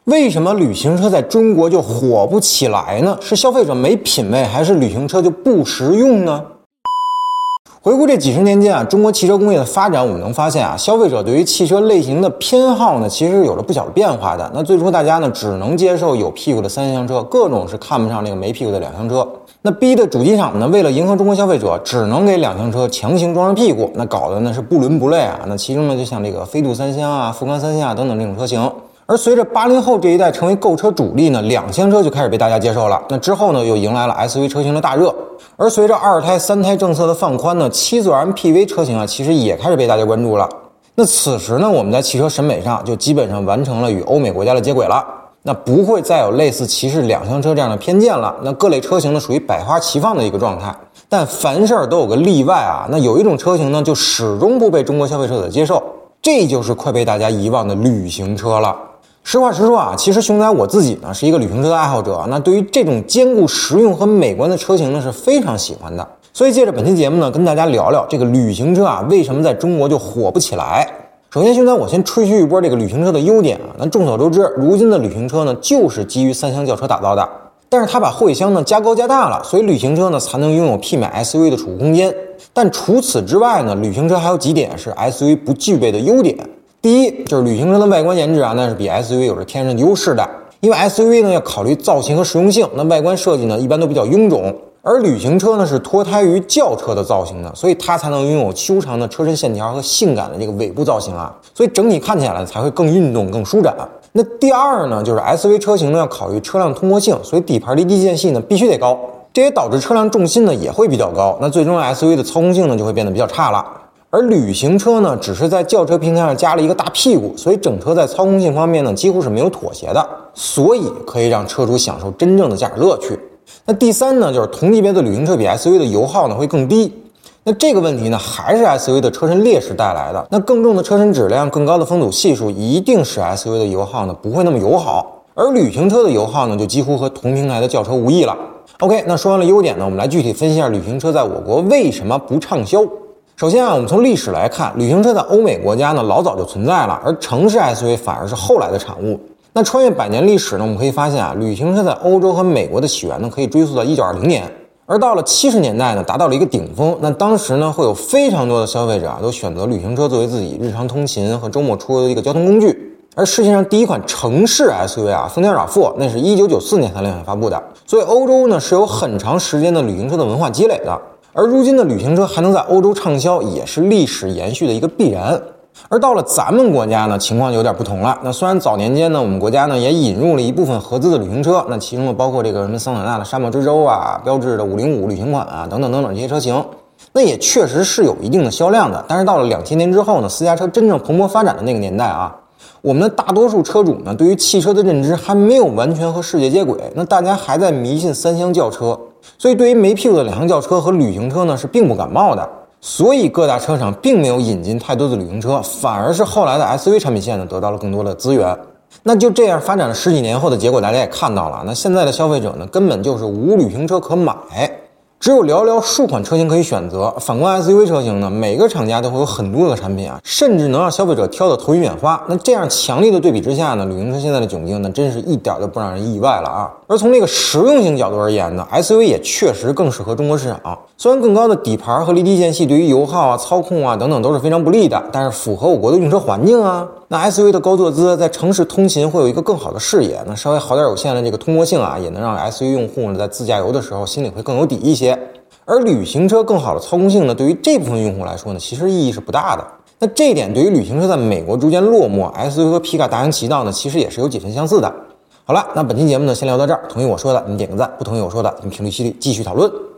为什么旅行车在中国就火不起来呢？是消费者没品位，还是旅行车就不实用呢？回顾这几十年间啊，中国汽车工业的发展，我们能发现啊，消费者对于汽车类型的偏好呢，其实有着不小的变化的。那最初大家呢，只能接受有屁股的三厢车，各种是看不上那个没屁股的两厢车。那逼的主机厂呢，为了迎合中国消费者，只能给两厢车强行装上屁股，那搞得呢是不伦不类啊。那其中呢，就像这个飞度三厢啊、富康三厢啊等等这种车型。而随着80后这一代成为购车主力呢，两厢车就开始被大家接受了。那之后呢，又迎来了 SUV 车型的大热。而随着二胎、三胎政策的放宽呢，7座 MPV 车型啊，其实也开始被大家关注了。那此时呢，我们在汽车审美上就基本上完成了与欧美国家的接轨了。那不会再有类似歧视两厢车这样的偏见了。那各类车型呢，属于百花齐放的一个状态。但凡事都有个例外啊。那有一种车型呢，就始终不被中国消费者所接受，这就是快被大家遗忘的旅行车了。实话实说啊，其实熊仔我自己呢是一个旅行车的爱好者，那对于这种兼顾实用和美观的车型呢是非常喜欢的。所以借着本期节目呢，跟大家聊聊这个旅行车啊为什么在中国就火不起来。首先熊仔我先吹嘘一波这个旅行车的优点啊。那众所周知，如今的旅行车呢就是基于三厢轿车打造的，但是它把后备箱呢加高加大了，所以旅行车呢才能拥有媲美 SUV 的储物空间。但除此之外呢，旅行车还有几点是 SUV 不具备的优点。第一，就是旅行车的外观颜值啊，那是比 SUV 有着天然的优势的。因为 SUV 呢要考虑造型和实用性，那外观设计呢一般都比较臃肿，而旅行车呢是脱胎于轿车的造型的，所以它才能拥有修长的车身线条和性感的这个尾部造型啊，所以整体看起来才会更运动、更舒展。那第二呢，就是 SUV 车型呢要考虑车辆通过性，所以底盘离地间隙呢必须得高，这也导致车辆重心呢也会比较高，那最终 SUV 的操控性呢就会变得比较差了。而旅行车呢，只是在轿车平台上加了一个大屁股，所以整车在操控性方面呢，几乎是没有妥协的，所以可以让车主享受真正的驾驶乐趣。那第三呢，就是同级别的旅行车比 SUV 的油耗呢会更低。那这个问题呢，还是 SUV 的车身劣势带来的。那更重的车身质量、更高的风阻系数，一定使 SUV 的油耗呢不会那么友好。而旅行车的油耗呢，就几乎和同平台的轿车无异了。OK， 那说完了优点呢，我们来具体分析一下旅行车在我国为什么不畅销。首先啊，我们从历史来看，旅行车在欧美国家呢老早就存在了，而城市 SUV 反而是后来的产物。那穿越100年历史呢，我们可以发现啊，旅行车在欧洲和美国的起源呢可以追溯到1920年，而到了70年代呢达到了一个顶峰。那当时呢会有非常多的消费者啊都选择旅行车作为自己日常通勤和周末出游的一个交通工具。而世界上第一款城市 SUV 啊，丰田 RAV4 那是1994年才量产发布的，所以欧洲呢是有很长时间的旅行车的文化积累的。而如今的旅行车还能在欧洲畅销，也是历史延续的一个必然。而到了咱们国家呢，情况就有点不同了。那虽然早年间呢，我们国家呢也引入了一部分合资的旅行车，那其中呢包括这个什么桑塔纳的沙漠之舟啊、标致的505旅行款啊等等等等这些车型，那也确实是有一定的销量的。但是到了2000年之后呢，私家车真正蓬勃发展的那个年代啊，我们的大多数车主呢对于汽车的认知还没有完全和世界接轨，那大家还在迷信三厢轿车。所以对于没屁股的两厢轿车和旅行车呢是并不感冒的，所以各大车厂并没有引进太多的旅行车，反而是后来的 SUV 产品线呢得到了更多的资源。那就这样发展了10几年后的结果大家也看到了，那现在的消费者呢根本就是无旅行车可买，只有寥寥数款车型可以选择。反观 SUV 车型呢，每个厂家都会有很多个产品啊，甚至能让消费者挑得头晕眼花。那这样强烈的对比之下呢，旅行车现在的窘境呢，真是一点都不让人意外了啊。而从这个实用性角度而言呢， SUV 也确实更适合中国市场。虽然更高的底盘和离地间隙对于油耗啊、操控啊等等都是非常不利的，但是符合我国的用车环境啊。那 SUV 的高坐姿在城市通勤会有一个更好的视野，那稍微好点有限的这个通过性啊，也能让 SUV 用户呢在自驾游的时候心里会更有底一些。而旅行车更好的操控性呢，对于这部分用户来说呢，其实意义是不大的。那这一点对于旅行车在美国逐渐落寞， SUV 和皮卡大行其道呢，其实也是有几分相似的。好了，那本期节目呢先聊到这儿，同意我说的你点个赞，不同意我说的你评论区里继续讨论。